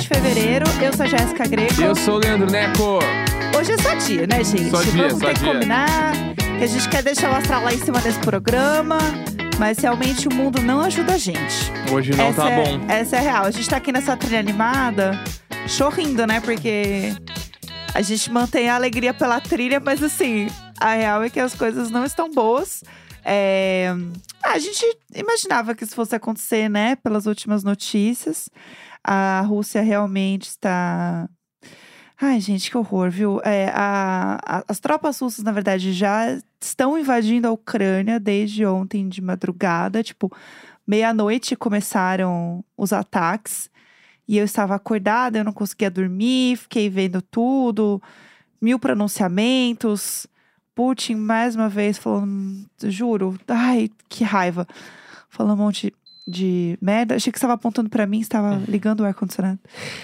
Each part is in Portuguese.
de fevereiro. Eu sou a Jéssica Greco. Eu sou o Leandro Neco. Hoje é só dia, né, gente? Só dia, Vamos só ter que dia. combinar. Que a gente quer deixar o astral lá em cima desse programa. Mas realmente o mundo não ajuda a gente. Hoje não tá bom. Essa é a real. A gente tá aqui nessa trilha animada, chorrindo, né? Porque a gente mantém a alegria pela trilha, mas assim, a real é que as coisas não estão boas. A gente imaginava que isso fosse acontecer, né? Pelas últimas notícias. A Rússia realmente está... Ai, gente, que horror, viu? As tropas russas, na verdade, já estão invadindo a Ucrânia desde ontem de madrugada. Tipo, meia-noite começaram os ataques. E eu estava acordada, eu não conseguia dormir, fiquei vendo tudo. 1000 pronunciamentos. Putin, mais uma vez, falando, juro, ai, que raiva. Falando um monte de merda. Achei que você estava apontando pra mim, estava ligando o ar-condicionado.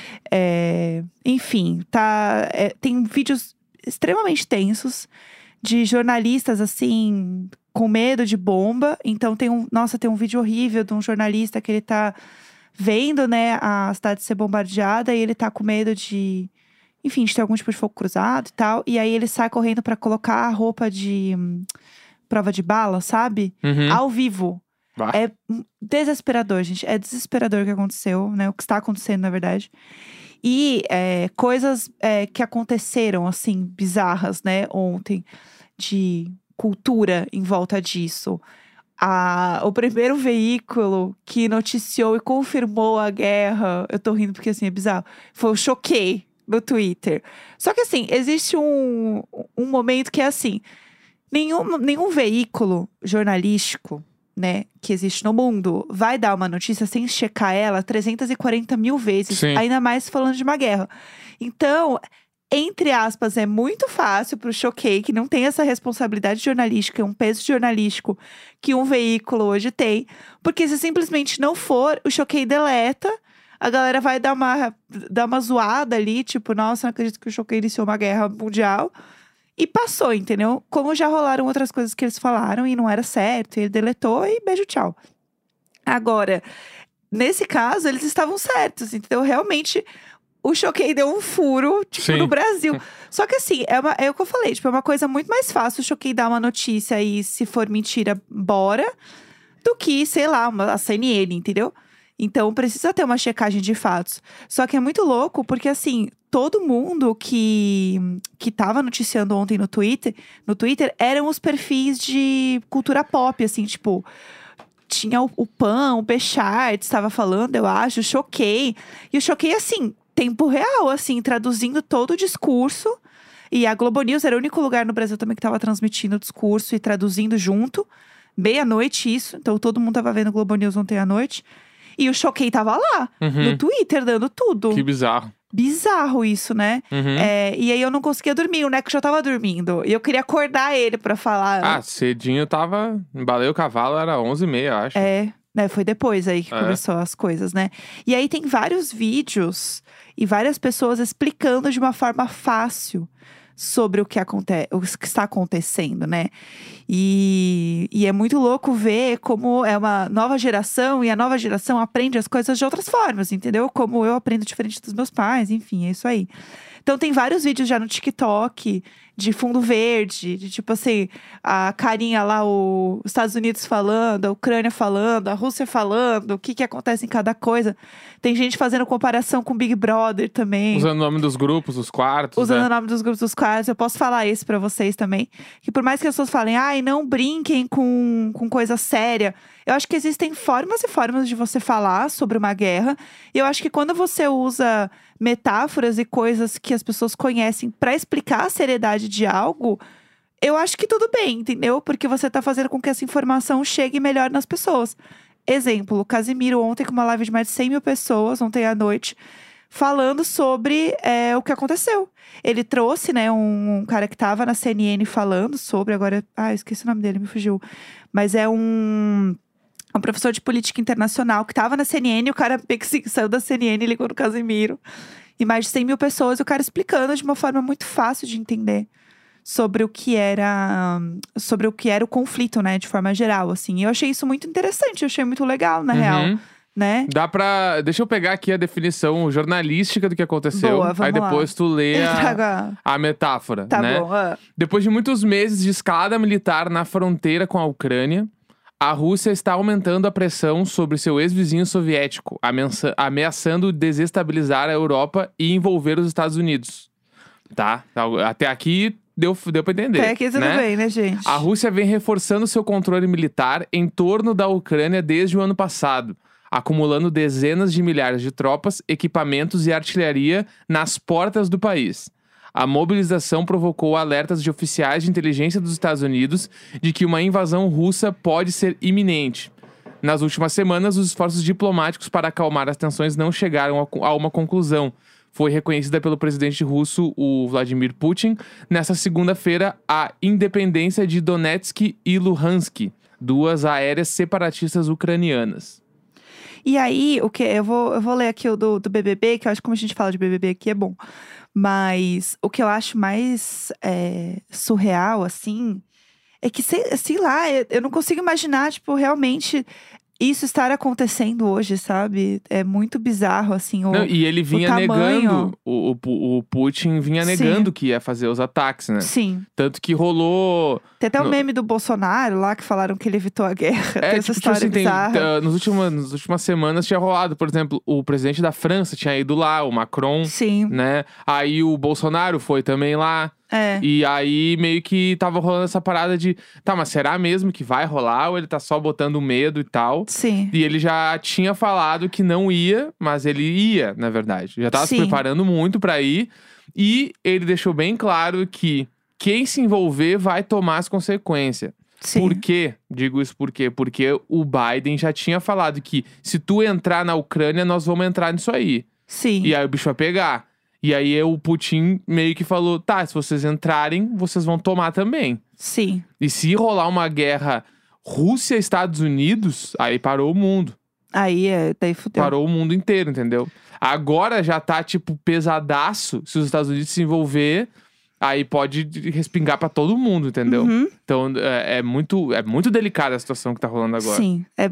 Enfim, tem vídeos extremamente tensos de jornalistas, assim, com medo de bomba. Então, tem um vídeo horrível de um jornalista que ele tá vendo, né, a cidade ser bombardeada e ele tá com medo de ter algum tipo de fogo cruzado e tal. E aí, ele sai correndo pra colocar a roupa de prova de bala, sabe? Ao vivo. Bah. É desesperador, gente. É desesperador o que aconteceu, né? O que está acontecendo, na verdade. E coisas que aconteceram, assim, bizarras, né? Ontem, de cultura em volta disso. O primeiro veículo que noticiou e confirmou a guerra, eu tô rindo porque, assim, é bizarro, foi o Choquei, no Twitter. Só que, assim, existe um momento que é assim, nenhum veículo jornalístico, né, que existe no mundo, vai dar uma notícia sem checar ela 340 mil vezes. Sim. Ainda mais falando de uma guerra. Então, entre aspas, é muito fácil pro Choquei, que não tem essa responsabilidade jornalística, um peso jornalístico que um veículo hoje tem. Porque se simplesmente não for, o Choquei deleta, a galera vai dar uma zoada ali, tipo, nossa, não acredito que o Choquei iniciou uma guerra mundial. E passou, entendeu? Como já rolaram outras coisas que eles falaram e não era certo, e ele deletou e beijo, tchau. Agora, nesse caso, eles estavam certos, entendeu? Realmente, o Choquei deu um furo, tipo, Sim. no Brasil. Só que assim, é o que eu falei, tipo, é uma coisa muito mais fácil o Choquei dar uma notícia e, se for mentira, bora, do que, sei lá, a CNN, entendeu? Então, precisa ter uma checagem de fatos. Só que é muito louco, porque assim, todo mundo que tava noticiando ontem no Twitter eram os perfis de cultura pop, assim, tipo... Tinha o Pan, o Bechat, estava falando, eu acho, o Choquei. E o Choquei, assim, tempo real, assim, traduzindo todo o discurso. E a Globo News era o único lugar no Brasil também que estava transmitindo o discurso e traduzindo junto. Meia-noite isso, então todo mundo tava vendo o Globo News ontem à noite. E o Choquei tava lá, no Twitter, dando tudo. Que bizarro. Bizarro isso, né? E aí eu não conseguia dormir, o Neco já tava dormindo. E eu queria acordar ele pra falar. Cedinho tava... Embalei o cavalo, era 11h30, acho. Né? Foi depois aí que começou as coisas, né? E aí tem vários vídeos e várias pessoas explicando de uma forma fácil sobre o que está acontecendo, né? E é muito louco ver como é uma nova geração e a nova geração aprende as coisas de outras formas, entendeu? Como eu aprendo diferente dos meus pais, enfim, é isso aí. Então tem vários vídeos já no TikTok de fundo verde, de tipo assim, a carinha lá, os Estados Unidos falando, a Ucrânia falando, a Rússia falando, o que acontece em cada coisa. Tem gente fazendo comparação com Big Brother também. Usando o nome dos grupos, dos quartos. Usando o nome dos grupos dos quartos. Eu posso falar isso pra vocês também. Que por mais que as pessoas falem, não brinquem com coisa séria. Eu acho que existem formas e formas de você falar sobre uma guerra. E eu acho que quando você usa metáforas e coisas que as pessoas conhecem pra explicar a seriedade de algo, eu acho que tudo bem, entendeu? Porque você tá fazendo com que essa informação chegue melhor nas pessoas. Exemplo, o Casimiro ontem com uma live de mais de 100 mil pessoas, ontem à noite, falando sobre o que aconteceu. Ele trouxe, né, um cara que tava na CNN falando sobre, agora... eu esqueci o nome dele, me fugiu. Mas é um professor de política internacional que tava na CNN, e o cara saiu da CNN e ligou no Casimiro. E mais de 100 mil pessoas, e o cara explicando de uma forma muito fácil de entender sobre o que era o conflito, né, de forma geral, assim. E eu achei isso muito interessante, eu achei muito legal, na real. né? Deixa eu pegar aqui a definição jornalística do que aconteceu. Boa, vamos aí depois lá. tu lê Eu trago a metáfora, Tá né? bom. Depois de muitos meses de escalada militar na fronteira com a Ucrânia, a Rússia está aumentando a pressão sobre seu ex-vizinho soviético, ameaçando desestabilizar a Europa e envolver os Estados Unidos. Tá? Até aqui deu pra entender. Até aqui tudo bem, né, gente? A Rússia vem reforçando seu controle militar em torno da Ucrânia desde o ano passado, acumulando dezenas de milhares de tropas, equipamentos e artilharia nas portas do país. A mobilização provocou alertas de oficiais de inteligência dos Estados Unidos de que uma invasão russa pode ser iminente. Nas últimas semanas, os esforços diplomáticos para acalmar as tensões não chegaram a uma conclusão. Foi reconhecida pelo presidente russo, o Vladimir Putin, nesta segunda-feira, a independência de Donetsk e Luhansk, duas áreas separatistas ucranianas. E aí, eu vou ler aqui o do BBB, que eu acho que como a gente fala de BBB aqui é bom. Mas o que eu acho mais surreal, assim, é que, sei lá, eu não consigo imaginar, tipo, realmente isso estar acontecendo hoje, sabe? É muito bizarro, assim, Não, e ele vinha tamanho. negando, o Putin vinha negando que ia fazer os ataques, né? Sim. Tanto que rolou... Tem até o meme do Bolsonaro lá, que falaram que ele evitou a guerra. Tem essa história assim, bizarra. Nas últimas semanas tinha rolado, por exemplo, o presidente da França tinha ido lá, o Macron, Sim. né? Aí o Bolsonaro foi também lá. É. E aí meio que tava rolando essa parada de, tá, mas será mesmo que vai rolar ou ele tá só botando medo e tal? Sim. E ele já tinha falado que não ia, mas ele ia, na verdade. Já tava se preparando muito pra ir. E ele deixou bem claro que quem se envolver vai tomar as consequências. Sim. Por quê? Digo isso por quê? Porque o Biden já tinha falado que se tu entrar na Ucrânia, nós vamos entrar nisso aí. Sim. E aí o bicho vai pegar. E aí o Putin meio que falou, tá, se vocês entrarem, vocês vão tomar também. Sim. E se rolar uma guerra Rússia-Estados Unidos, aí parou o mundo. Aí, daí fudeu. Parou o mundo inteiro, entendeu? Agora já tá, tipo, pesadaço. Se os Estados Unidos se envolver, aí pode respingar pra todo mundo, entendeu? Uhum. Então, é muito delicada a situação que tá rolando agora. Sim, é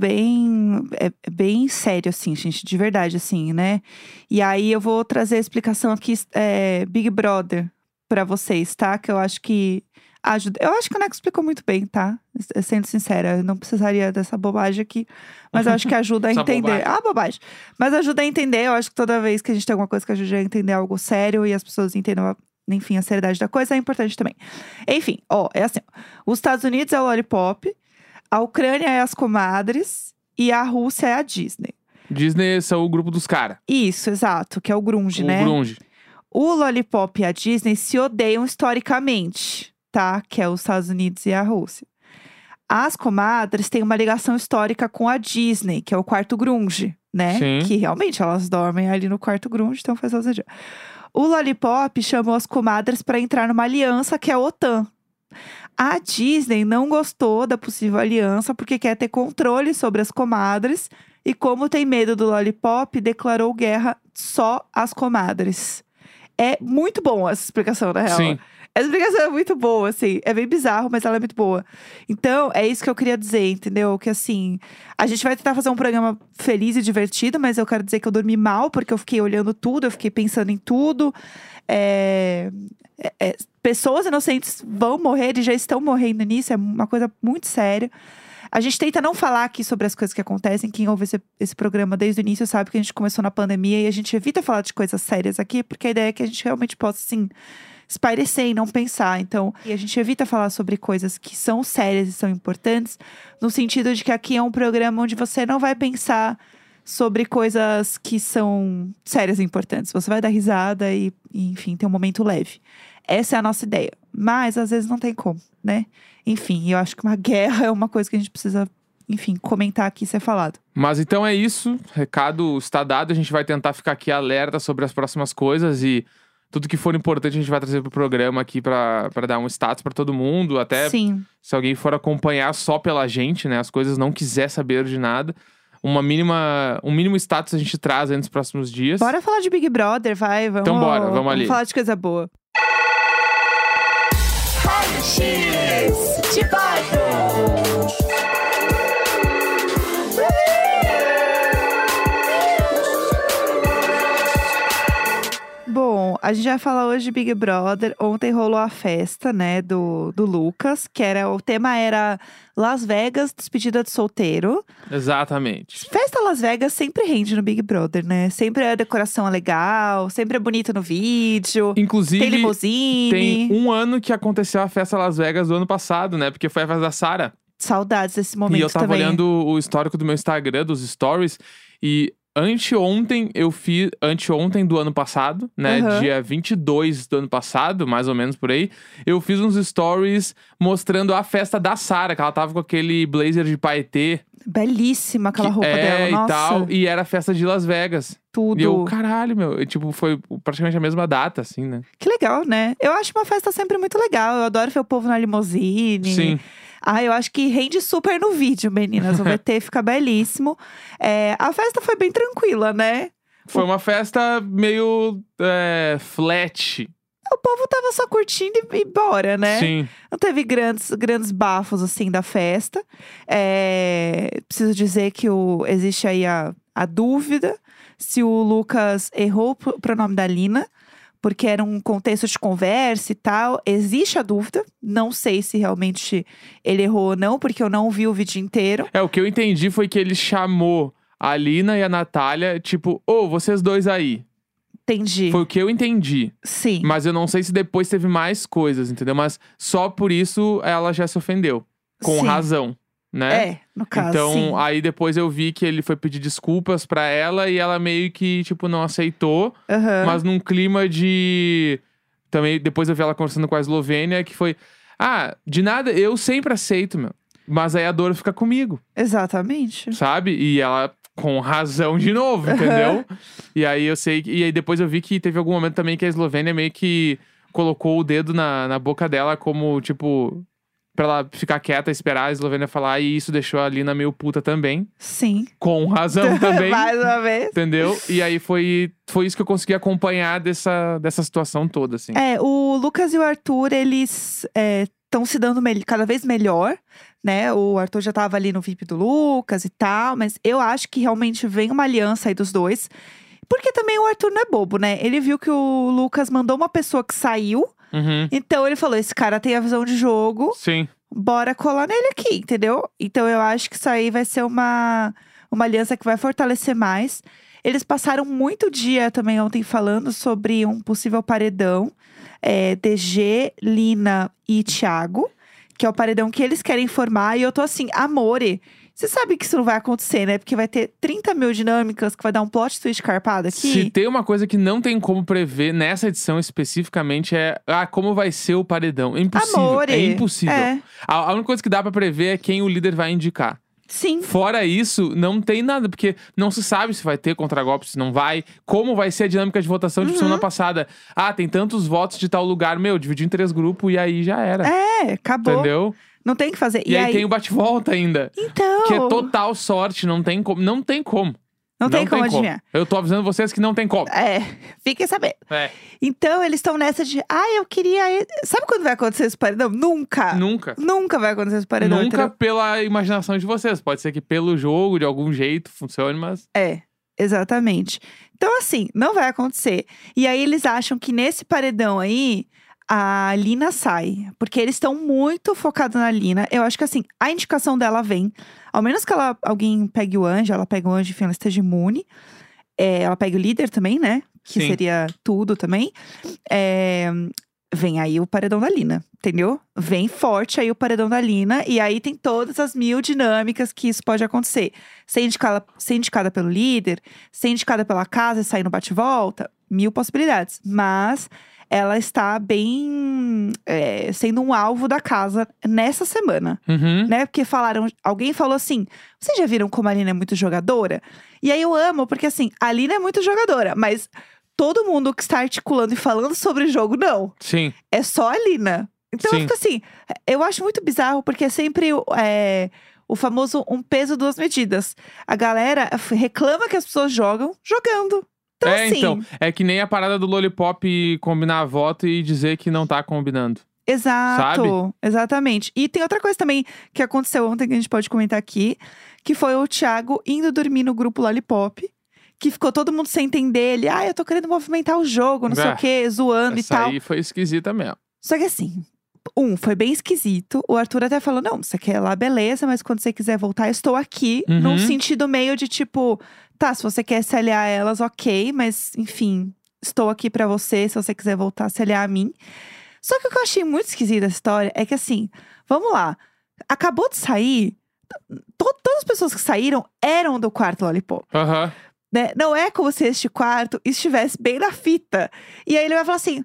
bem sério, assim, gente, de verdade, assim, né? E aí eu vou trazer a explicação aqui, Big Brother, pra vocês, tá? Que eu acho que ajuda. Eu acho que o Neco explicou muito bem, tá? Sendo sincera, eu não precisaria dessa bobagem aqui, mas eu acho que ajuda a Essa entender. bobagem. Bobagem. Mas ajuda a entender, eu acho que toda vez que a gente tem alguma coisa que ajude a entender algo sério e as pessoas entendam enfim, a seriedade da coisa é importante também. Enfim, é assim. Os Estados Unidos é o Lollipop, a Ucrânia é as comadres e a Rússia é a Disney. Disney são o grupo dos caras. Isso, exato, que é o grunge, né? O grunge. O Lollipop e a Disney se odeiam historicamente, tá? Que é os Estados Unidos e a Rússia. As comadres têm uma ligação histórica com a Disney, que é o quarto grunge, né? Sim. Que realmente elas dormem ali no quarto grunge, então faz sentido. O Lollipop chamou as comadres para entrar numa aliança que é a OTAN. A Disney não gostou da possível aliança porque quer ter controle sobre as comadres e, como tem medo do Lollipop, declarou guerra só às comadres. É muito bom essa explicação, na real. Sim. Essa explicação é muito boa, assim. É bem bizarro, mas ela é muito boa. Então, é isso que eu queria dizer, entendeu? Que, assim, a gente vai tentar fazer um programa feliz e divertido, mas eu quero dizer que eu dormi mal, porque eu fiquei olhando tudo, eu fiquei pensando em tudo. Pessoas inocentes vão morrer e já estão morrendo nisso, é uma coisa muito séria. A gente tenta não falar aqui sobre as coisas que acontecem. Quem ouve esse programa desde o início sabe que a gente começou na pandemia e a gente evita falar de coisas sérias aqui, porque a ideia é que a gente realmente possa, assim, espairecer e não pensar. Então, e a gente evita falar sobre coisas que são sérias e são importantes, no sentido de que aqui é um programa onde você não vai pensar sobre coisas que são sérias e importantes. Você vai dar risada e enfim, ter um momento leve. Essa é a nossa ideia. Mas, às vezes, não tem como, né? Enfim, eu acho que uma guerra é uma coisa que a gente precisa, enfim, comentar aqui e ser falado. Mas então é isso. Recado está dado. A gente vai tentar ficar aqui alerta sobre as próximas coisas e tudo que for importante a gente vai trazer pro programa aqui pra dar um status pra todo mundo. Até Sim. Se alguém for acompanhar só pela gente, né? As coisas, não quiser saber de nada. Um mínimo status a gente traz aí nos próximos dias. Bora falar de Big Brother, vai. Vamos, Então bora, vamos ali. Vamos falar de coisa boa. a gente vai falar hoje de Big Brother. Ontem rolou a festa, né, do Lucas, o tema era Las Vegas, despedida de solteiro. Exatamente. Festa Las Vegas sempre rende no Big Brother, né? Sempre a decoração é legal, sempre é bonito no vídeo. Inclusive, tem limousine. tem 1 ano que aconteceu a festa Las Vegas do ano passado, né? Porque foi a festa da Sarah. Saudades desse momento E eu tava também. olhando o histórico do meu Instagram, dos stories, e anteontem do ano passado, né? Aham. Dia 22 do ano passado, mais ou menos por aí, eu fiz uns stories mostrando a festa da Sarah, que ela tava com aquele blazer de paetê. Belíssima aquela roupa dela, nossa. E tal, e era a festa de Las Vegas. Tudo. E eu, caralho, meu, tipo, foi praticamente a mesma data, assim, né? Que legal, né? Eu acho uma festa sempre muito legal. Eu adoro ver o povo na limousine. Sim. Eu acho que rende super no vídeo, meninas. O VT fica belíssimo. A festa foi bem tranquila, né? Foi uma festa meio flat. O povo tava só curtindo e bora, né? Sim. Não teve grandes bafos, assim, da festa. Preciso dizer que existe aí a dúvida se o Lucas errou o pronome da Lina, porque era um contexto de conversa e tal. Existe a dúvida. Não sei se realmente ele errou ou não, porque eu não vi o vídeo inteiro. O que eu entendi foi que ele chamou a Lina e a Natália, tipo, vocês dois aí. Entendi. Foi o que eu entendi. Sim. Mas eu não sei se depois teve mais coisas, entendeu? Mas só por isso ela já se ofendeu. Com Sim. razão, né? No caso, então, sim. aí depois eu vi que ele foi pedir desculpas pra ela e ela meio que, tipo, não aceitou. Aham. Mas num clima de... Também, depois eu vi ela conversando com a Eslovênia, que foi... de nada, eu sempre aceito, meu. Mas aí a dor fica comigo, Exatamente. sabe? E ela... Com razão de novo, entendeu? E aí eu sei... E aí depois eu vi que teve algum momento também que a Eslovênia meio que colocou o dedo na boca dela como, tipo... Pra ela ficar quieta, esperar a Eslovênia falar. E isso deixou a Lina meio puta também. Sim. Com razão também. Mais uma vez. Entendeu? E aí foi isso que eu consegui acompanhar dessa situação toda, assim. O Lucas e o Arthur, eles estão se dando cada vez melhor, né? O Arthur já tava ali no VIP do Lucas e tal, mas eu acho que realmente vem uma aliança aí dos dois. Porque também o Arthur não é bobo, né? Ele viu que o Lucas mandou uma pessoa que saiu, então ele falou: esse cara tem a visão de jogo, Sim. bora colar nele aqui, entendeu? Então eu acho que isso aí vai ser uma aliança que vai fortalecer mais. Eles passaram muito dia também ontem falando sobre um possível paredão. DG, Lina e Thiago, que é o paredão que eles querem formar. E eu tô assim, amore, você sabe que isso não vai acontecer, né? Porque vai ter 30 mil dinâmicas, que vai dar um plot twist carpado aqui. Se tem uma coisa que não tem como prever nessa edição especificamente como vai ser o paredão. É impossível. Amore. É impossível. É. A única coisa que dá pra prever é quem o líder vai indicar. Sim. Fora isso, não tem nada, porque não se sabe se vai ter contragolpe, se não vai. Como vai ser a dinâmica de votação de semana passada. Tem tantos votos de tal lugar, dividir em 3 grupos e aí já era. Acabou. Entendeu? Não tem o que fazer. E aí tem o bate-volta ainda. Então. Que é total sorte, não tem como. Não tem como. Não tem como adivinhar. Eu tô avisando vocês que não tem como. Fiquem sabendo. É. Então, eles estão nessa de... eu queria... Sabe quando vai acontecer esse paredão? Nunca. Nunca vai acontecer esse paredão. Nunca entendeu? pela imaginação de vocês. Pode ser que pelo jogo, de algum jeito, funcione, mas... Exatamente. Então, assim, não vai acontecer. E aí, eles acham que nesse paredão aí... A Lina sai, porque eles estão muito focados na Lina. Eu acho que assim, a indicação dela vem. Ao menos que alguém pegue o anjo, ela pega o anjo, enfim, ela esteja imune. Ela pega o líder também, né? Que Sim. seria tudo também. Vem aí o paredão da Lina, entendeu? Vem forte aí o paredão da Lina. E aí tem todas as 1000 dinâmicas que isso pode acontecer. Ser indicada pelo líder, ser indicada pela casa e sair no bate-volta. 1000 possibilidades. Mas... ela está bem sendo um alvo da casa nessa semana, né? Porque alguém falou assim, vocês já viram como a Lina é muito jogadora? E aí eu amo, porque assim, a Lina é muito jogadora, mas todo mundo que está articulando e falando sobre o jogo, não. Sim. É só a Lina. Então eu fico assim, eu acho muito bizarro, porque é sempre o famoso um peso, 2 medidas. A galera reclama que as pessoas jogam, jogando. Então, assim, é que nem a parada do Lollipop combinar voto e dizer que não tá combinando. Exato, sabe? Exatamente. E tem outra coisa também que aconteceu ontem que a gente pode comentar aqui, que foi o Thiago indo dormir no grupo Lollipop, que ficou todo mundo sem entender. Ele, eu tô querendo movimentar o jogo, não sei o quê, zoando e tal. Essa aí foi esquisita mesmo. Só que assim, foi bem esquisito. O Arthur até falou, não, você quer ir lá, beleza, mas quando você quiser voltar, eu estou aqui. Num sentido meio de tipo, tá, se você quer se aliar a elas, ok, mas enfim, estou aqui pra você, se você quiser voltar, se aliar a mim. Só que o que eu achei muito esquisito dessa história é que assim, vamos lá, acabou de sair, todas as pessoas que saíram eram do quarto Lollipop. Né? Não é como se este quarto estivesse bem na fita. E aí ele vai falar assim,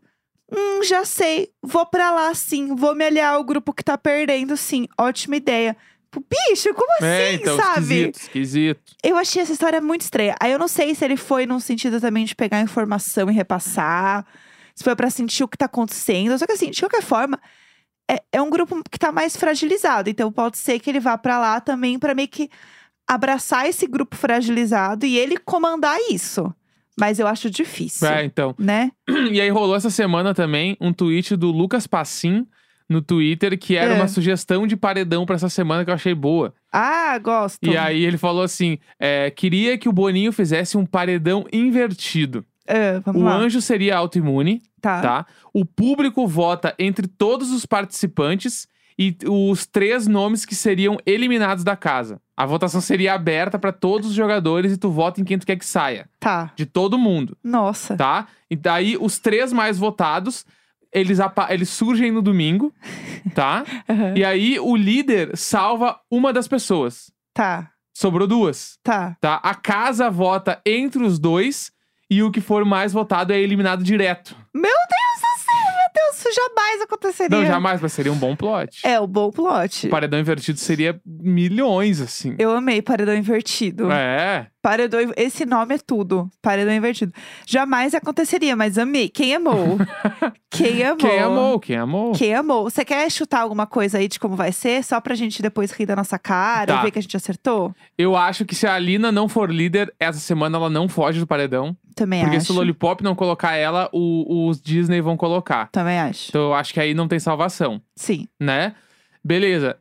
já sei, vou pra lá sim, vou me aliar ao grupo que tá perdendo sim, ótima ideia. Bicho, como assim, então, sabe? Esquisito. Eu achei essa história muito estranha. Aí eu não sei se ele foi num sentido também de pegar informação e repassar, se foi pra sentir o que tá acontecendo. Só que assim, de qualquer forma, é um grupo que tá mais fragilizado. Então pode ser que ele vá pra lá também pra meio que abraçar esse grupo fragilizado e ele comandar isso. Mas eu acho difícil. Então. Né? E aí rolou essa semana também um tweet do Lucas Passim no Twitter, que era uma sugestão de paredão pra essa semana que eu achei boa. Gosto. E aí ele falou assim, queria que o Boninho fizesse um paredão invertido. Vamos o lá. anjo seria autoimune, tá? O público vota entre todos os participantes e os 3 nomes que seriam eliminados da casa. A votação seria aberta pra todos os jogadores e tu vota em quem tu quer que saia. Tá. De todo mundo. Nossa. Tá? E daí os 3 mais votados, eles surgem no domingo, tá? E aí o líder salva uma das pessoas. Tá. Sobrou 2. Tá. A casa vota entre os 2 e o que for mais votado é eliminado direto. Meu Deus do céu, meu Deus, isso jamais aconteceria. Não, jamais, mas seria um bom plot. O bom plot. O paredão invertido seria milhões, assim. Eu amei paredão invertido. Paredão, esse nome é tudo. Paredão invertido. Jamais aconteceria, mas amei. Quem amou? Quem amou? Quem amou? Você quer chutar alguma coisa aí de como vai ser? Só pra gente depois rir da nossa cara e ver que a gente acertou? Eu acho que se a Alina não for líder, essa semana ela não foge do paredão. Também Porque acho. se o Lollipop não colocar ela, os Disney vão colocar. Também acho. Então eu acho que aí não tem salvação. Sim. Né? Beleza.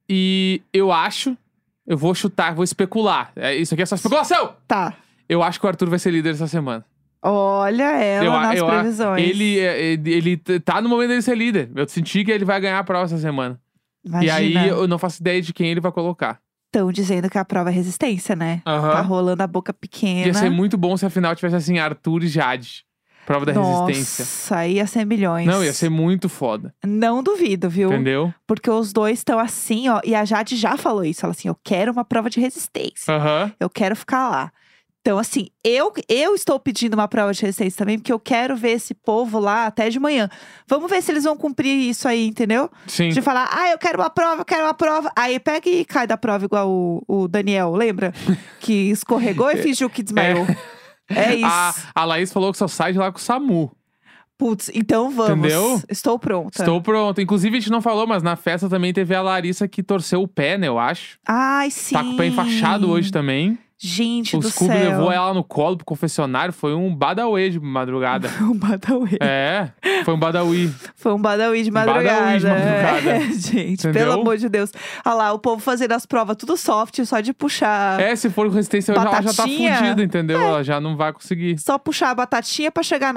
E eu acho... Eu vou chutar, vou especular. Isso aqui é só especulação! Tá. Eu acho que o Arthur vai ser líder essa semana. Olha ela nas previsões. Ele tá no momento dele ser líder. Eu senti que ele vai ganhar a prova essa semana. Imagina. E aí eu não faço ideia de quem ele vai colocar. Estão dizendo que a prova é resistência, né? Tá rolando a boca pequena. Ia ser muito bom se a final tivesse assim, Arthur e Jade. Prova da resistência. Nossa, ia ser milhões. Não, ia ser muito foda. Não duvido, viu? Entendeu? Porque os dois estão assim, ó. E a Jade já falou isso. Ela assim, eu quero uma prova de resistência. Eu quero ficar lá. Então, assim, eu estou pedindo uma prova de resistência também, porque eu quero ver esse povo lá até de manhã. Vamos ver se eles vão cumprir isso aí, entendeu? Sim. De falar, eu quero uma prova, eu quero uma prova. Aí pega e cai da prova igual o Daniel, lembra? Que escorregou e fingiu que desmaiou. É isso. A Laís falou que só sai de lá com o SAMU. Putz, então vamos. Entendeu? Estou pronta. Estou pronta. Inclusive, a gente não falou, mas na festa também teve a Larissa que torceu o pé, né, eu acho. Ai, sim. Tá com o pé enfaixado hoje também. Gente do céu. O Scooby levou ela no colo pro confessionário. Foi um badauê de madrugada. Um badauê. Foi um badauí. Foi um badauí de madrugada. Gente, entendeu? pelo amor de Deus. Olha lá, o povo fazendo as provas tudo soft, só de puxar. Se for com resistência, ela já tá fudida, entendeu? Ela já não vai conseguir. Só puxar a batatinha pra chegar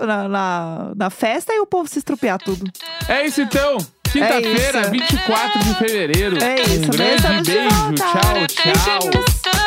na festa e o povo se estrupiar tudo. É isso então. Quinta-feira, 24 de fevereiro. É isso, um grande beijo. Tchau, tchau.